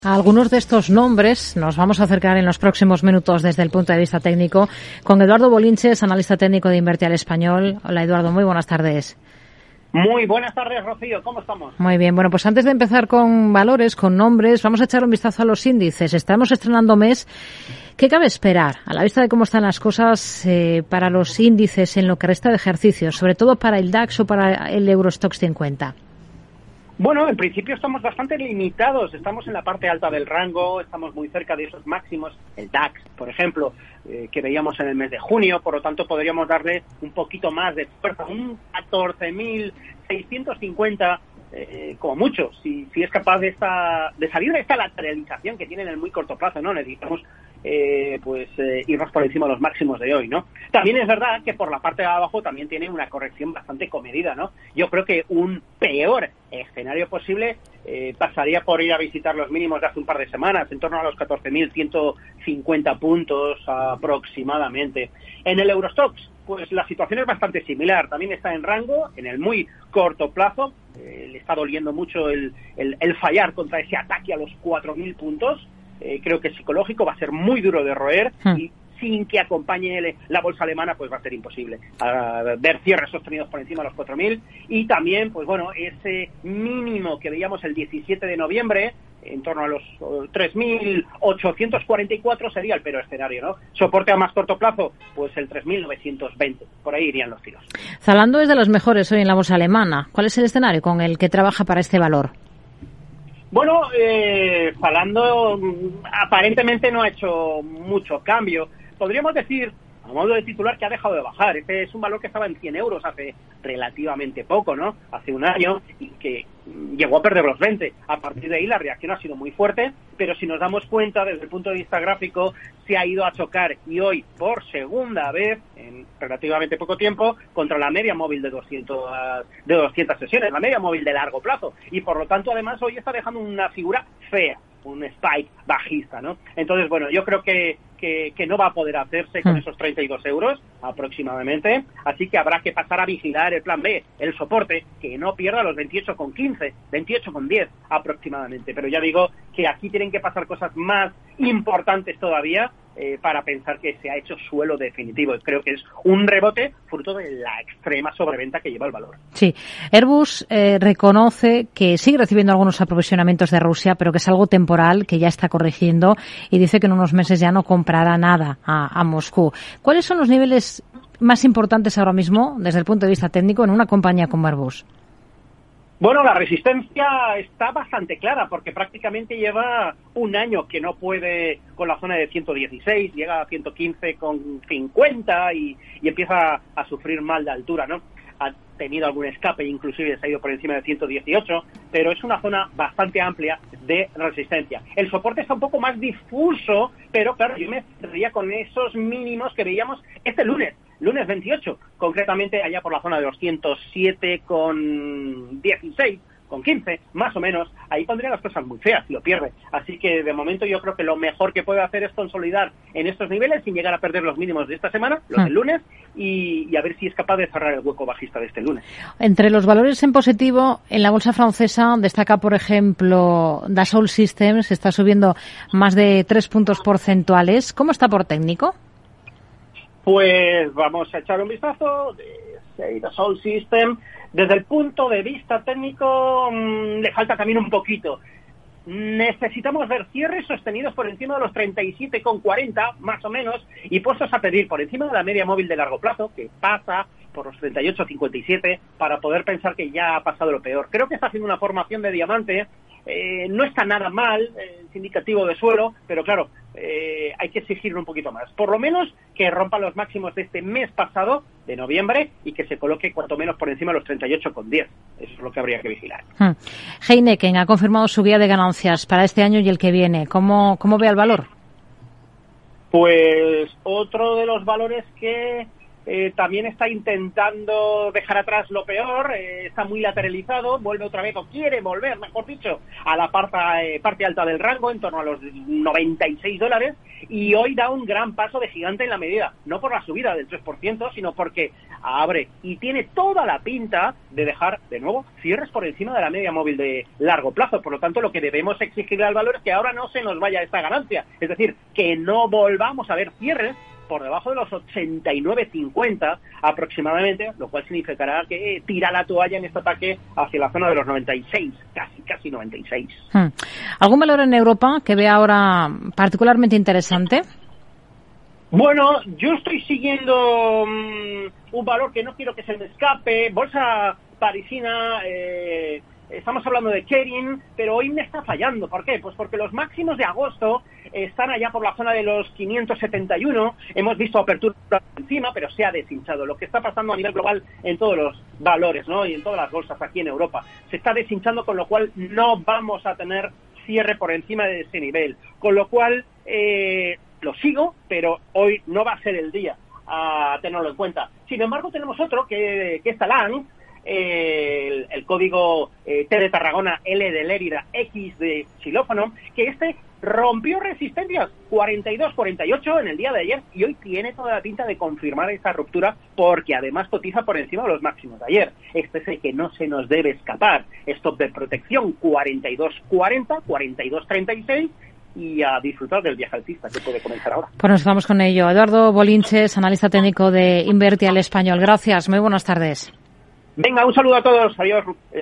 A algunos de estos nombres nos vamos a acercar en los próximos minutos desde el punto de vista técnico con Eduardo Bolinches, analista técnico de Invertir Español. Hola Eduardo, muy buenas tardes. Muy buenas tardes, Rocío, ¿cómo estamos? Muy bien, bueno, pues antes de empezar con valores, con nombres, vamos a echar un vistazo a los índices. Estamos estrenando mes. ¿Qué cabe esperar a la vista de cómo están las cosas para los índices en lo que resta de ejercicio, sobre todo para el DAX o para el Eurostoxx 50? Bueno, en principio estamos bastante limitados, estamos en la parte alta del rango, estamos muy cerca de esos máximos, el DAX, por ejemplo, que veíamos en el mes de junio, por lo tanto podríamos darle un poquito más de fuerza, un 14.650 como mucho, si es capaz de salir de esta lateralización que tiene en el muy corto plazo, ¿no? Necesitamos irnos por encima de los máximos de hoy, ¿no? También es verdad que por la parte de abajo también tiene una corrección bastante comedida, ¿no? Yo creo que un peor escenario posible pasaría por ir a visitar los mínimos de hace un par de semanas, en torno a los 14.150 puntos aproximadamente. En el Eurostoxx, pues la situación es bastante similar, también está en rango, en el muy corto plazo, le está doliendo mucho el fallar contra ese ataque a los 4.000 puntos. Creo que es psicológico, va a ser muy duro de roer y sin que acompañe la bolsa alemana pues va a ser imposible ver cierres sostenidos por encima de los 4.000 y también pues bueno, ese mínimo que veíamos el 17 de noviembre en torno a los 3.844 sería el peor escenario, ¿no? Soporte a más corto plazo, pues el 3.920, por ahí irían los tiros. Zalando es de los mejores hoy en la bolsa alemana. ¿Cuál es el escenario con el que trabaja para este valor? Bueno, Zalando aparentemente no ha hecho mucho cambio. Podríamos decir, a modo de titular, que ha dejado de bajar. Este es un valor que estaba en 100 euros hace relativamente poco, ¿no? Hace un año, y que llegó a perder los 20. A partir de ahí la reacción ha sido muy fuerte, pero si nos damos cuenta, desde el punto de vista gráfico, se ha ido a chocar, y hoy, por segunda vez, en relativamente poco tiempo, contra la media móvil de 200 sesiones, la media móvil de largo plazo. Y por lo tanto, además, hoy está dejando una figura fea, un spike bajista, ¿no? Entonces, bueno, yo creo que no va a poder hacerse con esos 32 euros aproximadamente, así que habrá que pasar a vigilar el plan B, el soporte, que no pierda los 28,15, 28,10 aproximadamente, pero ya digo que aquí tienen que pasar cosas más importantes todavía para pensar que se ha hecho suelo definitivo. Creo que es un rebote fruto de la extrema sobreventa que lleva el valor. Sí, Airbus reconoce que sigue recibiendo algunos aprovisionamientos de Rusia, pero que es algo temporal, que ya está corrigiendo, y dice que en unos meses ya no comprará nada a Moscú. ¿Cuáles son los niveles más importantes ahora mismo, desde el punto de vista técnico, en una compañía como Airbus? Bueno, la resistencia está bastante clara porque prácticamente lleva un año que no puede con la zona de 116, llega a 115,50 y empieza a sufrir mal de altura, ¿no? Ha tenido algún escape, inclusive se ha ido por encima de 118, pero es una zona bastante amplia de resistencia. El soporte está un poco más difuso, pero claro, yo me cerraría con esos mínimos que veíamos este lunes 28, concretamente allá por la zona de los 107,16, con 15, más o menos. Ahí pondría las cosas muy feas si lo pierde. Así que de momento yo creo que lo mejor que puede hacer es consolidar en estos niveles sin llegar a perder los mínimos de esta semana, los del lunes, y a ver si es capaz de cerrar el hueco bajista de este lunes. Entre los valores en positivo, en la bolsa francesa destaca, por ejemplo, Dassault Systems, está subiendo más de 3 puntos porcentuales. ¿Cómo está por técnico? Pues vamos a echar un vistazo de Dassault System. Desde el punto de vista técnico, le falta también un poquito. Necesitamos ver cierres sostenidos por encima de los 37,40, más o menos, y puestos a pedir por encima de la media móvil de largo plazo, que pasa por los 38,57, para poder pensar que ya ha pasado lo peor. Creo que está haciendo una formación de diamante. No está nada mal, es indicativo de suelo, pero claro, hay que exigirlo un poquito más. Por lo menos que rompa los máximos de este mes pasado, de noviembre, y que se coloque cuanto menos por encima de los 38,10. Eso es lo que habría que vigilar. Heineken ha confirmado su guía de ganancias para este año y el que viene. ¿Cómo ve el valor? Pues otro de los valores que también está intentando dejar atrás lo peor, está muy lateralizado, vuelve otra vez, o quiere volver, mejor dicho, a la parte alta del rango, en torno a los $96, y hoy da un gran paso de gigante en la medida, no por la subida del 3%, sino porque abre y tiene toda la pinta de dejar, de nuevo, cierres por encima de la media móvil de largo plazo. Por lo tanto, lo que debemos exigirle al valor es que ahora no se nos vaya esta ganancia, es decir, que no volvamos a ver cierres por debajo de los 89.50 aproximadamente, lo cual significará que tira la toalla en este ataque hacia la zona de los 96, casi 96. ¿Algún valor en Europa que vea ahora particularmente interesante? Bueno, yo estoy siguiendo un valor que no quiero que se me escape, bolsa parisina. Estamos hablando de Kering, pero hoy me está fallando. ¿Por qué? Pues porque los máximos de agosto están allá por la zona de los 571. Hemos visto apertura encima, pero se ha deshinchado. Lo que está pasando a nivel global en todos los valores, ¿no? Y en todas las bolsas aquí en Europa. Se está deshinchando, con lo cual no vamos a tener cierre por encima de ese nivel. Con lo cual, lo sigo, pero hoy no va a ser el día a tenerlo en cuenta. Sin embargo, tenemos otro que es Talanx, el código T de Tarragona, L de Lérida, X de xilófono, que rompió resistencias 42-48 en el día de ayer y hoy tiene toda la pinta de confirmar esa ruptura, porque además cotiza por encima de los máximos de ayer. Este es el que no se nos debe escapar. Stop de protección 42-40, 42-36, y a disfrutar del viaje alcista que puede comenzar ahora. Pues nos vamos con ello. Eduardo Bolinches, analista técnico de Inverti al Español. Gracias, muy buenas tardes. Venga, un saludo a todos. Adiós.